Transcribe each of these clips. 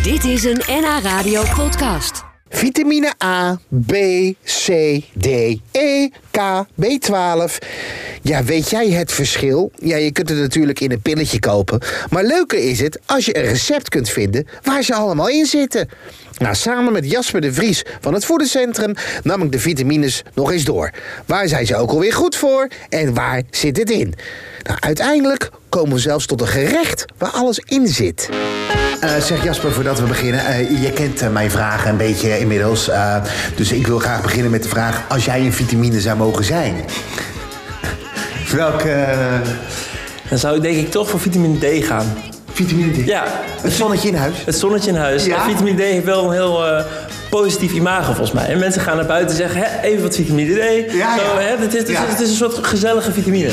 Dit is een NH Radio podcast. Vitamine A, B, C, D, E, K, B12. Ja, weet jij het verschil? Ja, je kunt het natuurlijk in een pilletje kopen. Maar leuker is het als je een recept kunt vinden waar ze allemaal in zitten. Nou, samen met Jasper de Vries van het Voedingscentrum nam ik de vitamines nog eens door. Waar zijn ze ook alweer goed voor en waar zit het in? Nou, uiteindelijk komen we zelfs tot een gerecht waar alles in zit. Zeg Jasper, voordat we beginnen, je kent mijn vragen een beetje inmiddels. Dus ik wil graag beginnen met de vraag, als jij een vitamine zou mogen zijn, welke... Dan zou ik denk ik toch voor vitamine D gaan. Vitamine D? Ja. Het zonnetje in huis? Het zonnetje in huis. Ja? Vitamine D heeft wel een heel positief imago volgens mij. En mensen gaan naar buiten en zeggen, even wat vitamine D. Ja, Zo, ja. Het is een soort gezellige vitamine.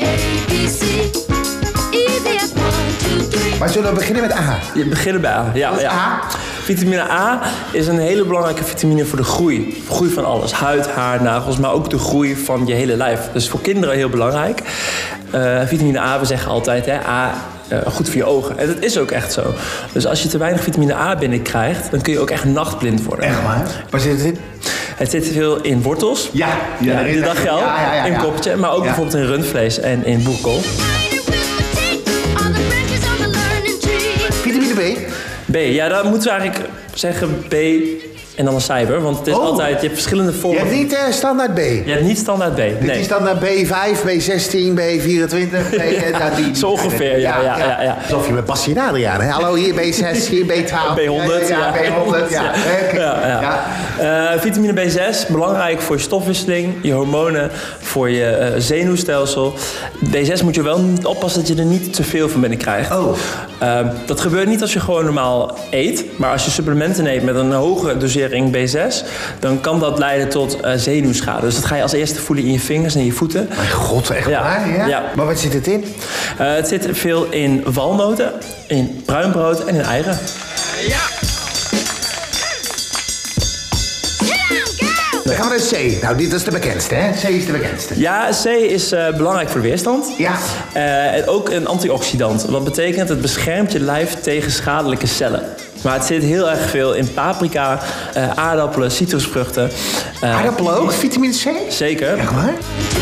Maar zullen we beginnen met A? Je begint bij A. Ja, Wat is A? Vitamine A is een hele belangrijke vitamine voor de groei. De groei van alles. Huid, haar, nagels, maar ook de groei van je hele lijf. Dus voor kinderen heel belangrijk. Vitamine A, we zeggen altijd, hè, A, goed voor je ogen. En dat is ook echt zo. Dus als je te weinig vitamine A binnenkrijgt, dan kun je ook echt nachtblind worden. Echt waar? Waar zit het in? Het zit veel in wortels. Ja, dit dacht je al. Ja. In koppeltje, maar ook bijvoorbeeld in rundvlees en in boerenkool. Vitamine B? B, ja, dan moeten we eigenlijk zeggen B en dan een cijfer. Want het is altijd, je hebt verschillende Je vormen. hebt niet standaard B? Je hebt niet standaard B, Dit nee. is standaard B5, B16, B24, Zo ongeveer, ja. Alsof je met Bassie en Adriaan, hè? Hallo, hier B6, hier B12. B100, ja. B100, ja. Vitamine B6, belangrijk voor je stofwisseling, je hormonen, voor je zenuwstelsel. B6 moet je wel oppassen dat je er niet te veel van binnenkrijgt. Dat gebeurt niet als je gewoon normaal eet. Maar als je supplementen neemt met een hoge dosering B6, dan kan dat leiden tot zenuwschade. Dus dat ga je als eerste voelen in je vingers en je voeten. Mijn god, echt waar? Ja? Maar wat zit het in? Het zit veel in walnoten, in bruin brood en in eieren. Dan gaan we naar C. Nou, dit is de bekendste, hè? C is de bekendste. Ja, C is belangrijk voor de weerstand. Ja. En ook een antioxidant. Wat betekent, het beschermt je lijf tegen schadelijke cellen. Maar het zit heel erg veel in paprika, aardappelen, citrusvruchten. Aardappelen ook? Vitamine C? Zeker. Echt waar?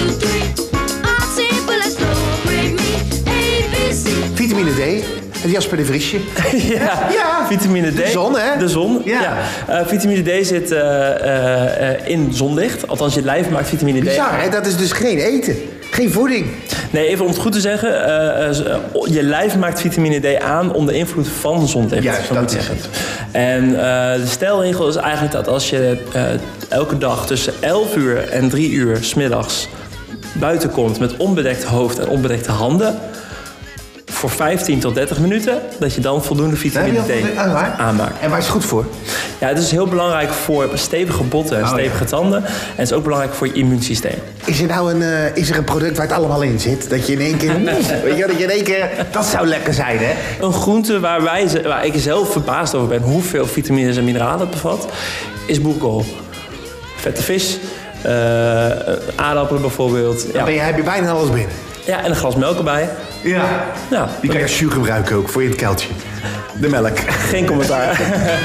Vitamine D. Het Jasper de Vriesje. Ja, vitamine D. De zon, hè? De zon, ja. Vitamine D zit in zonlicht. Althans, je lijf maakt vitamine D. Bizar, hè? Dat is dus geen eten. Geen voeding. Nee, even om het goed te zeggen. Je lijf maakt vitamine D aan onder invloed van zonlicht. Juist, dat is het. En de stelregel is eigenlijk dat als je elke dag tussen 11 uur en 3 uur 's middags buiten komt met onbedekt hoofd en onbedekte handen, voor 15 tot 30 minuten, dat je dan voldoende vitamine D aanmaakt. En waar is het goed voor? Ja, het is heel belangrijk voor stevige botten en stevige tanden. En het is ook belangrijk voor je immuunsysteem. Is er nou een product waar het allemaal in zit? Dat je in één keer... weet je, dat je in één keer... Dat zou lekker zijn, hè? Een groente waar ik zelf verbaasd over ben hoeveel vitamines en mineralen het bevat, is boerenkool. Vette vis, aardappelen bijvoorbeeld. Dan heb je bijna alles binnen. Ja, en een glas melk erbij. Ja. Die kan je als jus gebruiken ook, voor in het kuiltje. De melk. Geen commentaar.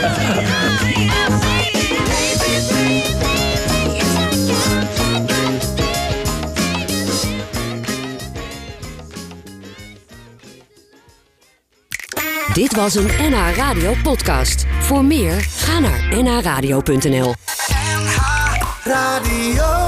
Dit was een NH Radio podcast. Voor meer, ga naar nhradio.nl. NH Radio.